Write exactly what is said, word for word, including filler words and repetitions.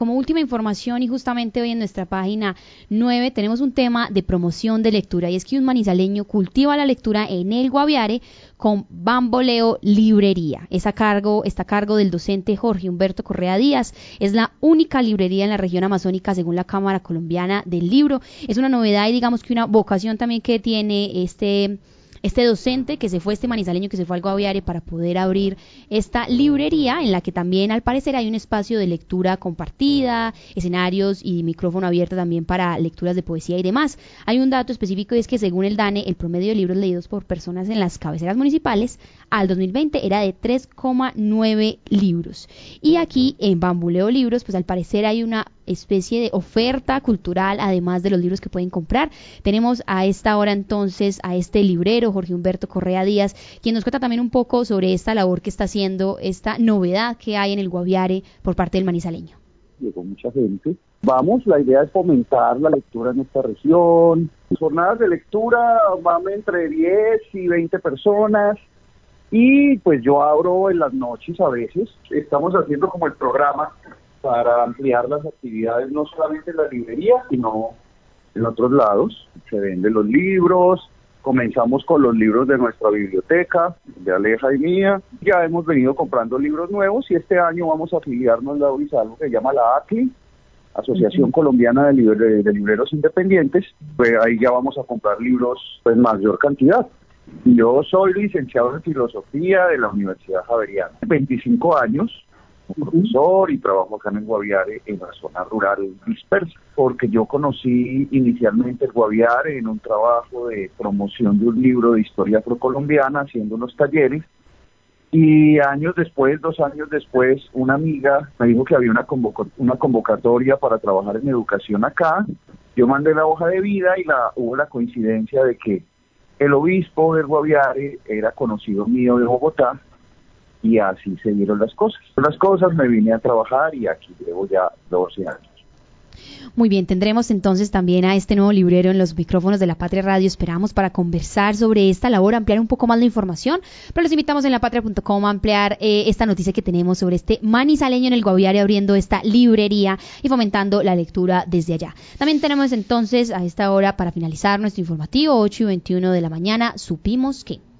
como última información, y justamente hoy en nuestra página nueve tenemos un tema de promoción de lectura, y es que un manizaleño cultiva la lectura en el Guaviare con Bamboleo Librería. Es a cargo, está a cargo del docente Jorge Humberto Correa Díaz. Es la única librería en la región amazónica según la Cámara Colombiana del Libro. Es una novedad y digamos que una vocación también que tiene este este docente que se fue, este manizaleño que se fue al Guaviare para poder abrir esta librería, en la que también al parecer hay un espacio de lectura compartida, escenarios y micrófono abierto también para lecturas de poesía y demás. Hay un dato específico, y es que según el DANE, el promedio de libros leídos por personas en las cabeceras municipales al dos mil veinte era de tres coma nueve libros. Y aquí en Bamboleo Libros, pues al parecer hay una especie de oferta cultural, además de los libros que pueden comprar. Tenemos a esta hora entonces a este librero, Jorge Humberto Correa Díaz, quien nos cuenta también un poco sobre esta labor que está haciendo, esta novedad que hay en el Guaviare por parte del manizaleño. Llegó mucha gente. Vamos, la idea es fomentar la lectura en esta región. Jornadas de lectura van entre diez y veinte personas. Y pues yo abro en las noches a veces. Estamos haciendo como el programa para ampliar las actividades, no solamente en la librería, sino en otros lados. Se venden los libros, comenzamos con los libros de nuestra biblioteca, de Aleja y mía. Ya hemos venido comprando libros nuevos, y este año vamos a afiliarnos a algo que se llama la A C L I, Asociación uh-huh. Colombiana de, Libre, de Libreros Independientes. Pues ahí ya vamos a comprar libros pues mayor cantidad. Yo soy licenciado en Filosofía de la Universidad Javeriana, veinticinco años, como profesor, y trabajo acá en el Guaviare, en la zona rural dispersa, porque yo conocí inicialmente el Guaviare en un trabajo de promoción de un libro de historia afrocolombiana, haciendo unos talleres, y años después, dos años después, una amiga me dijo que había una, convoc- una convocatoria para trabajar en educación acá. Yo mandé la hoja de vida y la hubo la coincidencia de que el obispo del Guaviare era conocido mío de Bogotá, y así se dieron las cosas. Las cosas, me vine a trabajar y aquí llevo ya doce años. Muy bien, tendremos entonces también a este nuevo librero en los micrófonos de La Patria Radio, esperamos, para conversar sobre esta labor, ampliar un poco más la información, pero los invitamos en la patria punto com a ampliar eh, esta noticia que tenemos sobre este manizaleño en el Guaviare abriendo esta librería y fomentando la lectura desde allá. También tenemos entonces a esta hora, para finalizar nuestro informativo, ocho y veintiuno de la mañana, supimos que...